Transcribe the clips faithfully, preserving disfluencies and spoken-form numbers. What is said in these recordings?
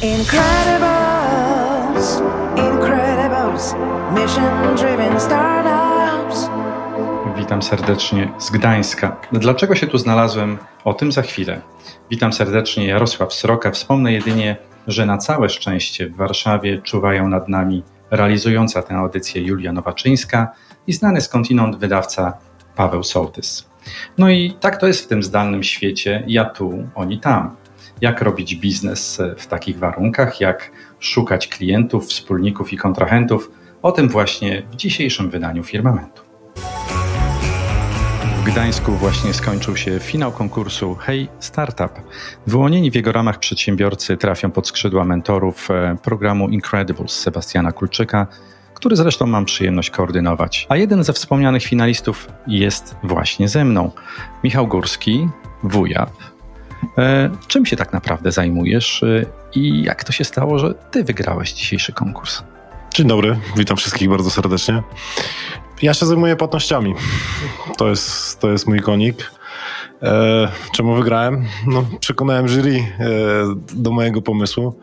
Incredibles, Incredibles, mission-driven startups. Witam serdecznie z Gdańska. Dlaczego się tu znalazłem? O tym za chwilę. Witam serdecznie, Jarosław Sroka. Wspomnę jedynie, że na całe szczęście w Warszawie czuwają nad nami realizująca tę audycję Julia Nowaczyńska i znany skądinąd wydawca Paweł Sołtys. No i tak to jest w tym zdalnym świecie, ja tu, oni tam. Jak robić biznes w takich warunkach, jak szukać klientów, wspólników i kontrahentów, o tym właśnie w dzisiejszym wydaniu Firmamentu. W Gdańsku właśnie skończył się finał konkursu Hey Startup. Wyłonieni w jego ramach przedsiębiorcy trafią pod skrzydła mentorów programu Incredibles Sebastiana Kulczyka, który zresztą mam przyjemność koordynować. A jeden ze wspomnianych finalistów jest właśnie ze mną. Michał Górski, W U J A P. E, czym się tak naprawdę zajmujesz e, i jak to się stało, że ty wygrałeś dzisiejszy konkurs? Dzień dobry, witam wszystkich bardzo serdecznie. Ja się zajmuję płatnościami. To jest, to jest mój konik. E, czemu wygrałem? No, przekonałem jury e, do mojego pomysłu.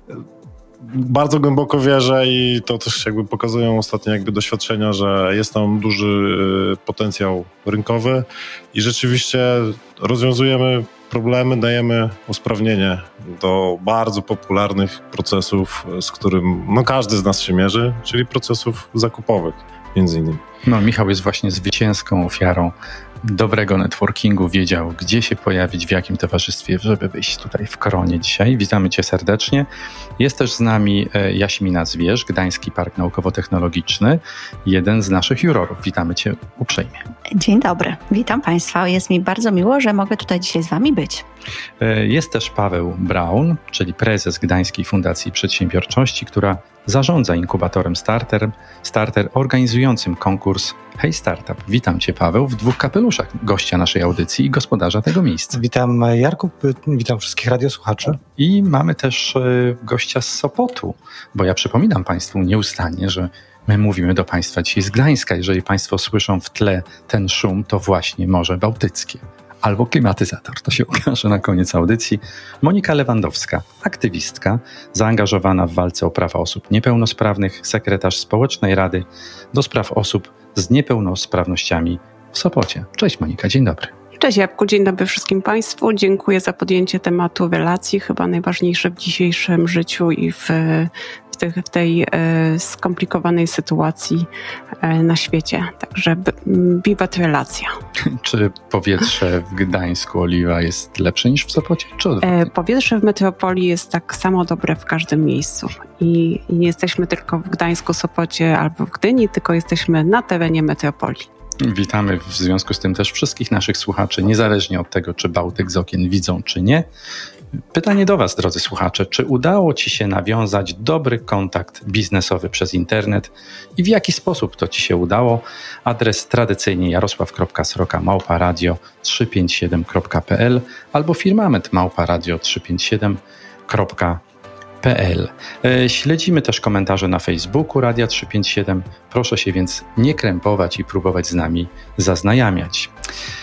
Bardzo głęboko wierzę i to też jakby pokazują ostatnie jakby doświadczenia, że jest tam duży potencjał rynkowy i rzeczywiście rozwiązujemy problemy, dajemy usprawnienie do bardzo popularnych procesów, z którym no, każdy z nas się mierzy, czyli procesów zakupowych między innymi. No, Michał jest właśnie zwycięską ofiarą dobrego networkingu, wiedział, gdzie się pojawić, w jakim towarzystwie, żeby wyjść tutaj w koronie dzisiaj. Witamy cię serdecznie. Jest też z nami Jaśmina Zwierz, Gdański Park Naukowo-Technologiczny, jeden z naszych jurorów. Witamy cię uprzejmie. Dzień dobry, witam Państwa. Jest mi bardzo miło, że mogę tutaj dzisiaj z Wami być. Jest też Paweł Braun, czyli prezes Gdańskiej Fundacji Przedsiębiorczości, która zarządza inkubatorem Starter, Starter organizującym konkurs Hey Startup. Witam cię, Paweł, w dwóch kapeluszach, gościa naszej audycji i gospodarza tego miejsca. Witam, Jarku, witam wszystkich radiosłuchaczy. I mamy też gościa z Sopotu, bo ja przypominam Państwu nieustannie, że my mówimy do Państwa dzisiaj z Gdańska. Jeżeli Państwo słyszą w tle ten szum, to właśnie Morze Bałtyckie. Albo klimatyzator, to się okaże na koniec audycji. Monika Lewandowska, aktywistka, zaangażowana w walce o prawa osób niepełnosprawnych, sekretarz Społecznej Rady do spraw osób z niepełnosprawnościami w Sopocie. Cześć Monika, dzień dobry. Cześć Jabłku, dzień dobry wszystkim Państwu. Dziękuję za podjęcie tematu relacji, chyba najważniejsze w dzisiejszym życiu i w, w, tych, w tej e, skomplikowanej sytuacji e, na świecie. Także wiwat relacja. Czy powietrze w Gdańsku, Oliwa, jest lepsze niż w Sopocie? Czy e, powietrze w metropolii jest tak samo dobre w każdym miejscu. I, i nie jesteśmy tylko w Gdańsku, Sopocie albo w Gdyni, tylko jesteśmy na terenie metropolii. Witamy w związku z tym też wszystkich naszych słuchaczy, niezależnie od tego, czy Bałtyk z okien widzą, czy nie. Pytanie do Was, drodzy słuchacze, czy udało Ci się nawiązać dobry kontakt biznesowy przez internet i w jaki sposób to Ci się udało? Adres tradycyjnie jarosław kropka sroka małpa radio trzysta pięćdziesiąt siedem kropka p l albo firmament małpa radio trzysta pięćdziesiąt siedem kropka p l. Śledzimy też komentarze na Facebooku Radia trzysta pięćdziesiąt siedem. Proszę się więc nie krępować i próbować z nami zaznajamiać.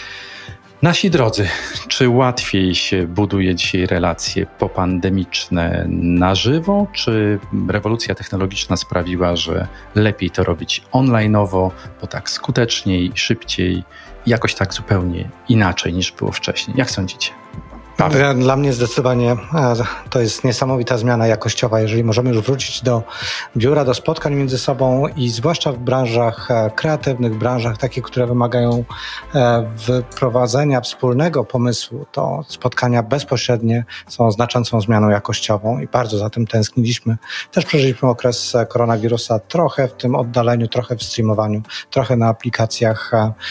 Nasi drodzy, czy łatwiej się buduje dzisiaj relacje popandemiczne na żywo, czy rewolucja technologiczna sprawiła, że lepiej to robić online'owo, bo tak skuteczniej, szybciej, jakoś tak zupełnie inaczej niż było wcześniej? Jak sądzicie? Paweł. Dla mnie zdecydowanie to jest niesamowita zmiana jakościowa, jeżeli możemy już wrócić do biura, do spotkań między sobą i zwłaszcza w branżach kreatywnych, branżach takich, które wymagają wyprowadzenia wspólnego pomysłu, to spotkania bezpośrednie są znaczącą zmianą jakościową i bardzo za tym tęskniliśmy. Też przeżyliśmy okres koronawirusa trochę w tym oddaleniu, trochę w streamowaniu, trochę na aplikacjach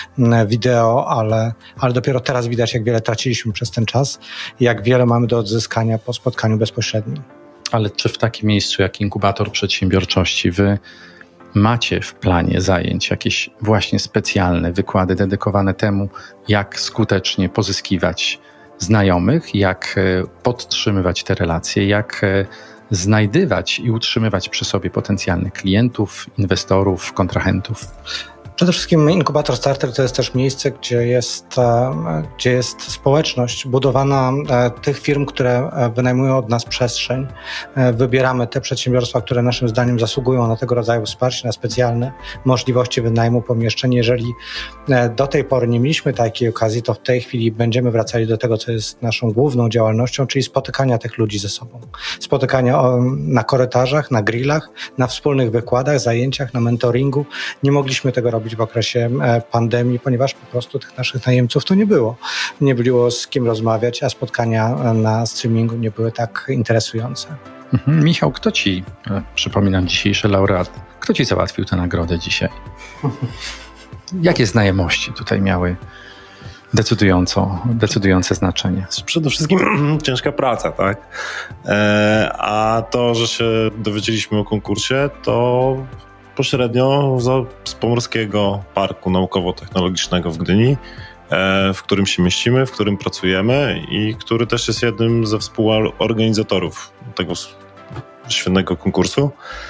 wideo, ale, ale dopiero teraz widać, jak wiele traciliśmy przez ten czas. Jak wiele mamy do odzyskania po spotkaniu bezpośrednim. Ale czy w takim miejscu jak inkubator przedsiębiorczości wy macie w planie zajęć jakieś właśnie specjalne wykłady dedykowane temu, jak skutecznie pozyskiwać znajomych, jak podtrzymywać te relacje, jak znajdywać i utrzymywać przy sobie potencjalnych klientów, inwestorów, kontrahentów? Przede wszystkim Inkubator Starter to jest też miejsce, gdzie jest, gdzie jest społeczność budowana tych firm, które wynajmują od nas przestrzeń. Wybieramy te przedsiębiorstwa, które naszym zdaniem zasługują na tego rodzaju wsparcie, na specjalne możliwości wynajmu pomieszczeń. Jeżeli do tej pory nie mieliśmy takiej okazji, to w tej chwili będziemy wracali do tego, co jest naszą główną działalnością, czyli spotykania tych ludzi ze sobą. Spotykania na korytarzach, na grillach, na wspólnych wykładach, zajęciach, na mentoringu. Nie mogliśmy tego robić w okresie pandemii, ponieważ po prostu tych naszych najemców to nie było. Nie było z kim rozmawiać, a spotkania na streamingu nie były tak interesujące. Mhm. Michał, kto ci, przypominam dzisiejszy laureat, kto ci załatwił tę nagrodę dzisiaj? Jakie znajomości tutaj miały decydująco, decydujące znaczenie? Przede wszystkim ciężka praca, tak? A to, że się dowiedzieliśmy o konkursie, to pośrednio z Pomorskiego Parku Naukowo-Technologicznego w Gdyni, w którym się mieścimy, w którym pracujemy i który też jest jednym ze współorganizatorów tego świetnego konkursu.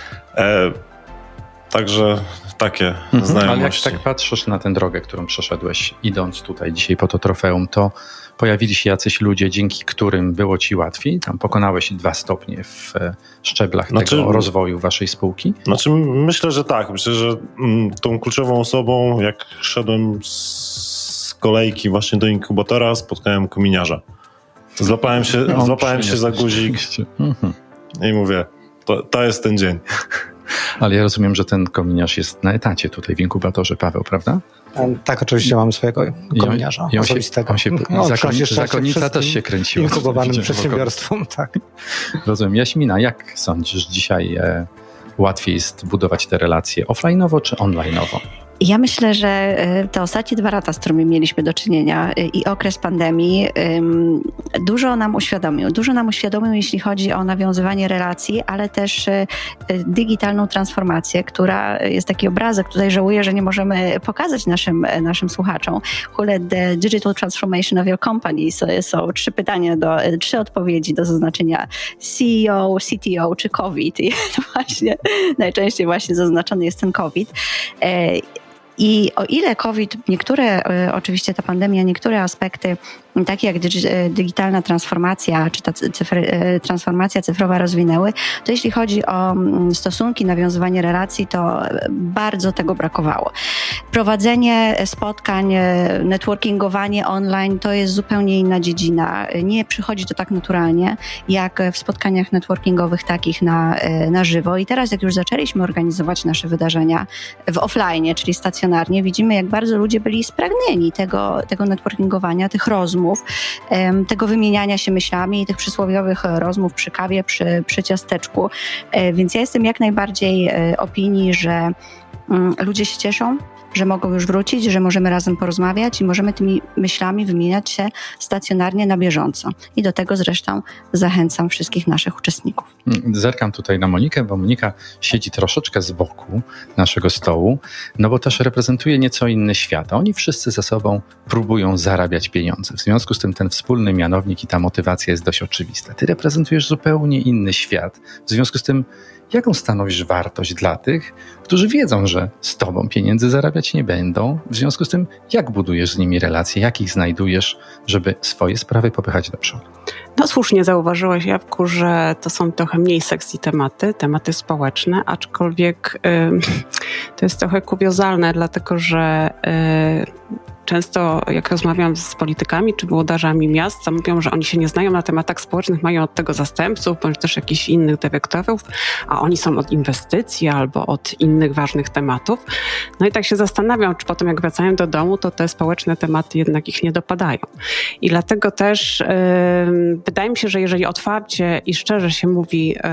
Także takie mhm. znajomości. Ale jak tak patrzysz na tę drogę, którą przeszedłeś, idąc tutaj dzisiaj po to trofeum, to pojawili się jacyś ludzie, dzięki którym było ci łatwiej? Tam pokonałeś dwa stopnie w szczeblach znaczy, tego rozwoju waszej spółki? Znaczy myślę, że tak. Myślę, że tą kluczową osobą, jak szedłem z kolejki właśnie do inkubatora, spotkałem kominiarza. Złapałem się, no, złapałem się za guzik mhm. i mówię, to, to jest ten dzień. Ale ja rozumiem, że ten kominiarz jest na etacie tutaj w inkubatorze, Paweł, prawda? Tak, oczywiście mam swojego kominiarza I on, osobistego. On się, on się no, zakon, zakonnica też się kręciła. Inkubowanym przedsiębiorstwom, tak. Rozumiem. Jaśmina, jak sądzisz dzisiaj e, łatwiej jest budować te relacje offline'owo czy online'owo? Ja myślę, że te ostatnie dwa lata, z którymi mieliśmy do czynienia i okres pandemii dużo nam uświadomił. Dużo nam uświadomił, jeśli chodzi o nawiązywanie relacji, ale też digitalną transformację, która jest taki obrazek, tutaj żałuję, że nie możemy pokazać naszym, naszym słuchaczom. Hule, the digital transformation of your company. So, są trzy pytania, do, trzy odpowiedzi do zaznaczenia C E O, C T O czy COVID. I to właśnie najczęściej właśnie zaznaczony jest ten COVID. I o ile COVID, niektóre, oczywiście ta pandemia, niektóre aspekty, takie jak digitalna transformacja, czy ta cyfry, transformacja cyfrowa rozwinęły, to jeśli chodzi o stosunki, nawiązywanie relacji, to bardzo tego brakowało. Prowadzenie spotkań, networkingowanie online to jest zupełnie inna dziedzina. Nie przychodzi to tak naturalnie, jak w spotkaniach networkingowych takich na, na żywo. I teraz, jak już zaczęliśmy organizować nasze wydarzenia w offline, czyli stacjonarnie, widzimy, jak bardzo ludzie byli spragnieni tego, tego networkingowania, tych rozmów, tego wymieniania się myślami i tych przysłowiowych rozmów przy kawie, przy, przy ciasteczku. Więc ja jestem jak najbardziej opinii, że ludzie się cieszą, że mogą już wrócić, że możemy razem porozmawiać i możemy tymi myślami wymieniać się stacjonarnie na bieżąco. I do tego zresztą zachęcam wszystkich naszych uczestników. Zerkam tutaj na Monikę, bo Monika siedzi troszeczkę z boku naszego stołu, no bo też reprezentuje nieco inny świat. Oni wszyscy ze sobą próbują zarabiać pieniądze. W związku z tym ten wspólny mianownik i ta motywacja jest dość oczywista. Ty reprezentujesz zupełnie inny świat. W związku z tym jaką stanowisz wartość dla tych, którzy wiedzą, że z tobą pieniędzy zarabiać nie będą? W związku z tym, jak budujesz z nimi relacje, jak ich znajdujesz, żeby swoje sprawy popychać do przodu? No słusznie zauważyłeś, Jawku, że to są trochę mniej sexy tematy, tematy społeczne, aczkolwiek yy, to jest trochę kuriozalne, dlatego że yy, często jak rozmawiam z politykami czy włodarzami miast, to mówią, że oni się nie znają na tematach społecznych, mają od tego zastępców, bądź też jakichś innych dyrektorów, a oni są od inwestycji albo od innych ważnych tematów. No i tak się zastanawiam, czy potem jak wracają do domu, to te społeczne tematy jednak ich nie dopadają. I dlatego też yy, wydaje mi się, że jeżeli otwarcie i szczerze się mówi yy,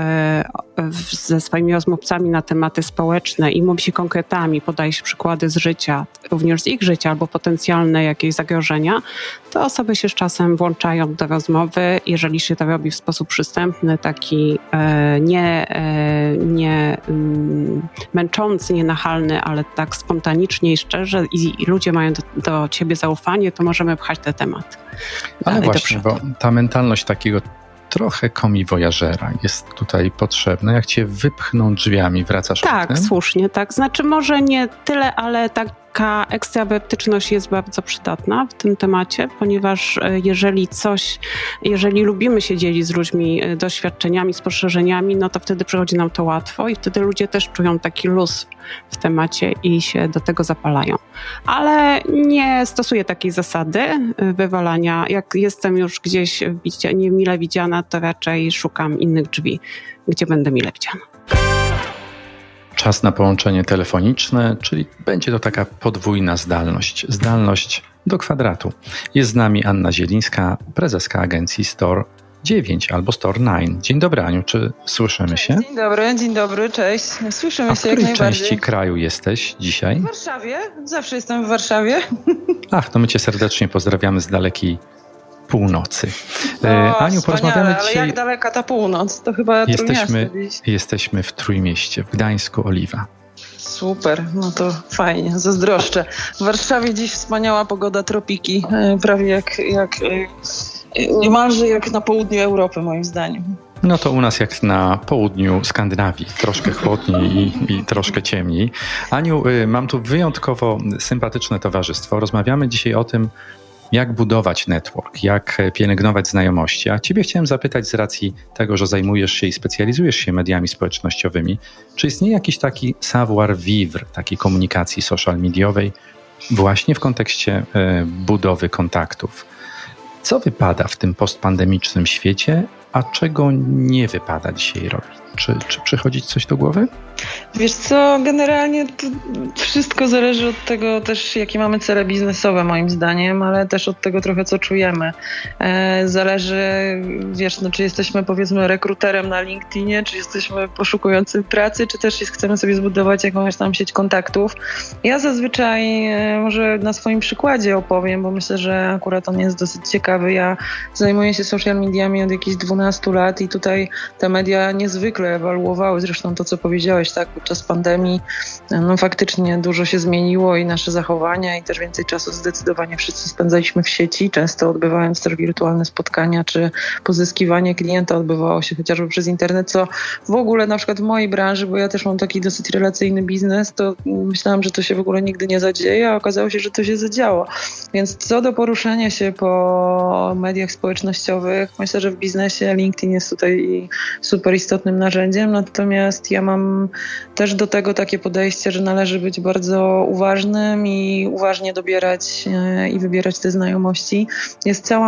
ze swoimi rozmówcami na tematy społeczne i mówi się konkretami, podaje się przykłady z życia, również z ich życia albo potencjalnie jakieś zagrożenia, to osoby się z czasem włączają do rozmowy. Jeżeli się to robi w sposób przystępny, taki e, nie, e, nie m, męczący, nienachalny, ale tak spontanicznie i szczerze i, i ludzie mają do, do ciebie zaufanie, to możemy pchać te tematy. Ale właśnie, bo ta mentalność takiego trochę komiwojażera jest tutaj potrzebna. Jak cię wypchną drzwiami, wracasz Tak, oknem? słusznie, tak. Znaczy może nie tyle, ale tak taka ekstrawertyczność jest bardzo przydatna w tym temacie, ponieważ jeżeli coś, jeżeli lubimy się dzielić z ludźmi doświadczeniami, spostrzeżeniami, no to wtedy przychodzi nam to łatwo i wtedy ludzie też czują taki luz w temacie i się do tego zapalają. Ale nie stosuję takiej zasady wywalania. Jak jestem już gdzieś niemile widziana, to raczej szukam innych drzwi, gdzie będę mile widziana. Czas na połączenie telefoniczne, czyli będzie to taka podwójna zdalność. Zdalność do kwadratu. Jest z nami Anna Zielińska, prezeska agencji Store dziewięć albo Store dziewięć. Dzień dobry, Aniu, czy słyszymy cześć, się? Dzień dobry, dzień dobry, cześć. Słyszymy A w się jak której najbardziej. części kraju jesteś dzisiaj? W Warszawie, zawsze jestem w Warszawie. Ach, to my cię serdecznie pozdrawiamy z dalekiej północy. O, Aniu, porozmawiamy ale dzisiaj... jak daleka ta północ? To chyba Jesteśmy, Trójmiasto. jesteśmy w Trójmieście, w Gdańsku, Oliwa. Super, no to fajnie, zazdroszczę. W Warszawie dziś wspaniała pogoda, tropiki, prawie jak, jak niemalże jak na południu Europy, moim zdaniem. No to u nas jak na południu Skandynawii, troszkę chłodniej i, i troszkę ciemniej. Aniu, mam tu wyjątkowo sympatyczne towarzystwo. Rozmawiamy dzisiaj o tym, jak budować network, jak pielęgnować znajomości. A ciebie chciałem zapytać z racji tego, że zajmujesz się i specjalizujesz się mediami społecznościowymi, czy istnieje jakiś taki savoir-vivre, takiej komunikacji social mediowej właśnie w kontekście y, budowy kontaktów? Co wypada w tym postpandemicznym świecie, a czego nie wypada dzisiaj robić? Czy, czy przychodzi ci coś do głowy? Wiesz co, generalnie to wszystko zależy od tego też, jakie mamy cele biznesowe moim zdaniem, ale też od tego trochę, co czujemy. E, zależy, wiesz, no, czy jesteśmy powiedzmy rekruterem na LinkedInie, czy jesteśmy poszukującym pracy, czy też chcemy sobie zbudować jakąś tam sieć kontaktów. Ja zazwyczaj e, może na swoim przykładzie opowiem, bo myślę, że akurat on jest dosyć ciekawy. Ja zajmuję się social mediami od jakichś dwunastu lat i tutaj te media niezwykle ewaluowały, zresztą to, co powiedziałeś, tak, podczas pandemii, no faktycznie dużo się zmieniło i nasze zachowania i też więcej czasu zdecydowanie wszyscy spędzaliśmy w sieci, często odbywając też wirtualne spotkania, czy pozyskiwanie klienta odbywało się chociażby przez internet, co w ogóle na przykład w mojej branży, bo ja też mam taki dosyć relacyjny biznes, to myślałam, że to się w ogóle nigdy nie zadzieje, a okazało się, że to się zadziało. Więc co do poruszania się po mediach społecznościowych, myślę, że w biznesie LinkedIn jest tutaj super istotnym narzędziem, natomiast ja mam też do tego takie podejście, że należy być bardzo uważnym i uważnie dobierać e, i wybierać te znajomości. Jest cała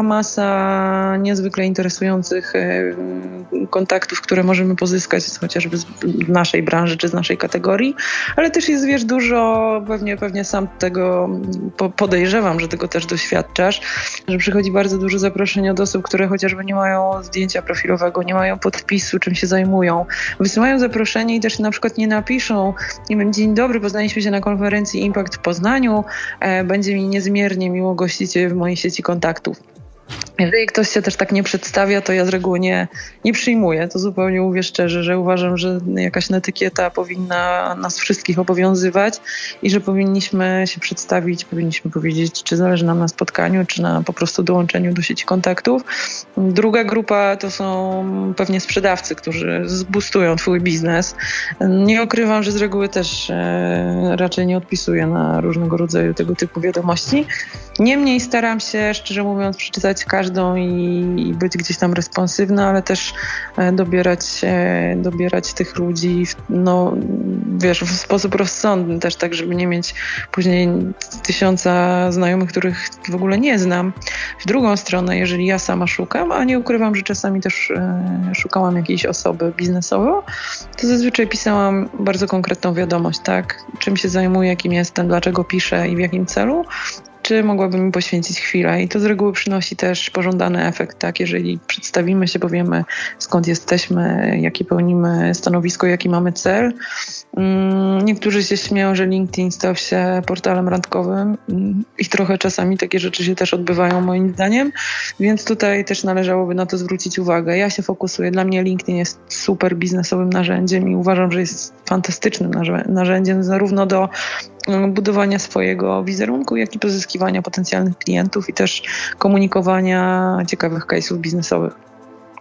masa niezwykle interesujących e, kontaktów, które możemy pozyskać chociażby z naszej branży czy z naszej kategorii, ale też jest, wiesz, dużo, pewnie, pewnie sam tego po, podejrzewam, że tego też doświadczasz, że przychodzi bardzo dużo zaproszeń od osób, które chociażby nie mają zdjęcia profilowego, nie mają podpisu, czym się zajmują. Wysyłają zaproszenie i też na przykład nie napiszą, nie wiem, dzień dobry, poznaliśmy się na konferencji Impact w Poznaniu, e, będzie mi niezmiernie miło gościć Cię w mojej sieci kontaktów. Jeżeli ktoś się też tak nie przedstawia, to ja z reguły nie, nie przyjmuję. To zupełnie mówię szczerze, że uważam, że jakaś etykieta powinna nas wszystkich obowiązywać i że powinniśmy się przedstawić, powinniśmy powiedzieć, czy zależy nam na spotkaniu, czy na po prostu dołączeniu do sieci kontaktów. Druga grupa to są pewnie sprzedawcy, którzy zboostują twój biznes. Nie ukrywam, że z reguły też e, raczej nie odpisuję na różnego rodzaju tego typu wiadomości. Niemniej staram się, szczerze mówiąc, przeczytać każdą i być gdzieś tam responsywna, ale też dobierać, dobierać tych ludzi, no wiesz, w sposób rozsądny też, tak, żeby nie mieć później tysiąca znajomych, których w ogóle nie znam. W drugą stronę, jeżeli ja sama szukam, a nie ukrywam, że czasami też szukałam jakiejś osoby biznesowo, to zazwyczaj pisałam bardzo konkretną wiadomość, tak, czym się zajmuję, kim jestem, dlaczego piszę i w jakim celu, czy mogłaby mi poświęcić chwilę. I to z reguły przynosi też pożądany efekt, tak? Jeżeli przedstawimy się, powiemy skąd jesteśmy, jakie pełnimy stanowisko, jaki mamy cel. Niektórzy się śmieją, że LinkedIn stał się portalem randkowym i trochę czasami takie rzeczy się też odbywają moim zdaniem, więc tutaj też należałoby na to zwrócić uwagę. Ja się fokusuję. Dla mnie LinkedIn jest super biznesowym narzędziem i uważam, że jest fantastycznym narzędziem zarówno do budowania swojego wizerunku, jak i pozyskiwania potencjalnych klientów i też komunikowania ciekawych case'ów biznesowych.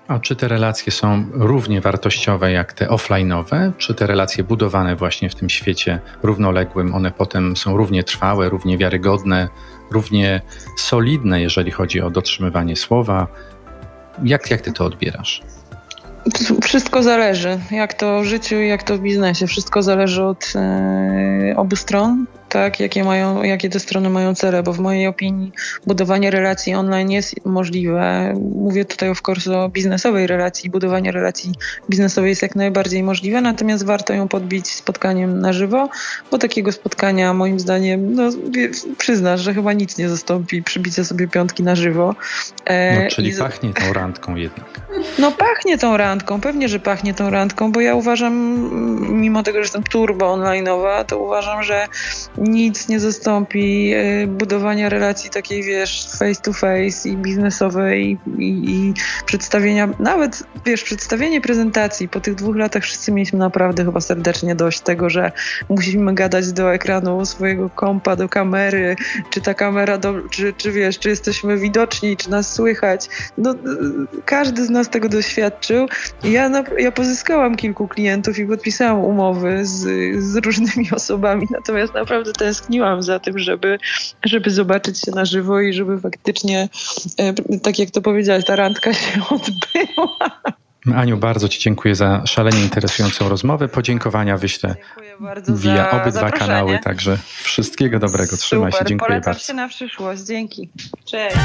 A czy te relacje są równie wartościowe jak te offline'owe? Czy te relacje budowane właśnie w tym świecie równoległym, one potem są równie trwałe, równie wiarygodne, równie solidne, jeżeli chodzi o dotrzymywanie słowa? Jak, jak ty to odbierasz? Wszystko zależy, jak to w życiu i jak to w biznesie. Wszystko zależy od e, obu stron, tak, jakie mają, jakie te strony mają cele, bo w mojej opinii budowanie relacji online jest możliwe. Mówię tutaj of course o biznesowej relacji. Budowanie relacji biznesowej jest jak najbardziej możliwe, natomiast warto ją podbić spotkaniem na żywo, bo takiego spotkania moim zdaniem, no przyznasz, że chyba nic nie zastąpi przybicia sobie piątki na żywo. E, no, czyli i... pachnie tą randką jednak. No pachnie tą randką, pewnie, że pachnie tą randką, bo ja uważam, mimo tego, że jestem turbo online'owa, to uważam, że nic nie zastąpi budowania relacji takiej, wiesz, face to face i biznesowej i, i, i przedstawienia, nawet, wiesz, przedstawienie prezentacji. Po tych dwóch latach wszyscy mieliśmy naprawdę chyba serdecznie dość tego, że musimy gadać do ekranu swojego kompa, do kamery, czy ta kamera, do, czy, czy wiesz, czy jesteśmy widoczni, czy nas słychać. No, każdy z nas tego doświadczył. Ja, ja pozyskałam kilku klientów i podpisałam umowy z, z różnymi osobami, natomiast naprawdę tęskniłam za tym, żeby, żeby zobaczyć się na żywo i żeby faktycznie, e, tak jak to powiedziałaś, ta randka się odbyła. Aniu, bardzo ci dziękuję za szalenie interesującą rozmowę. Podziękowania wyślę via obydwa kanały, także wszystkiego dobrego. Trzymaj Super, się, dziękuję polecam bardzo. się na przyszłość. Dzięki. Cześć.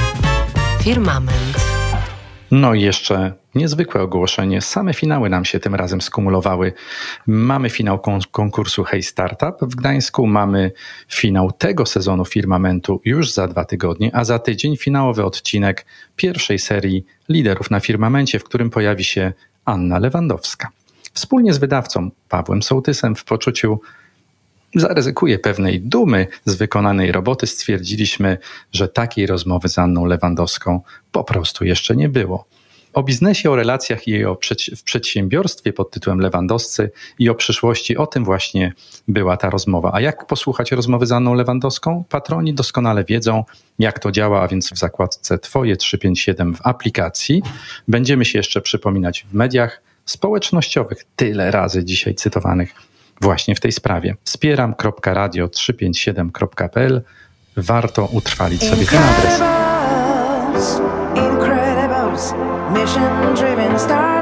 Firmament. No i jeszcze niezwykłe ogłoszenie. Same finały nam się tym razem skumulowały. Mamy finał kon- konkursu Hey Startup w Gdańsku, mamy finał tego sezonu Firmamentu już za dwa tygodnie, a za tydzień finałowy odcinek pierwszej serii Liderów na Firmamencie, w którym pojawi się Anna Lewandowska. Wspólnie z wydawcą Pawłem Sołtysem w poczuciu zaryzykuję pewnej dumy z wykonanej roboty, stwierdziliśmy, że takiej rozmowy z Anną Lewandowską po prostu jeszcze nie było. O biznesie, o relacjach i o przed- w przedsiębiorstwie pod tytułem Lewandowscy i o przyszłości, o tym właśnie była ta rozmowa. A jak posłuchać rozmowy z Anną Lewandowską? Patroni doskonale wiedzą, jak to działa, a więc w zakładce Twoje trzysta pięćdziesiąt siedem w aplikacji. Będziemy się jeszcze przypominać w mediach społecznościowych, tyle razy dzisiaj cytowanych właśnie w tej sprawie. Wspieram kropka radio trzysta pięćdziesiąt siedem kropka p l. Warto utrwalić sobie ten adres. Incredibles, mission-driven stars.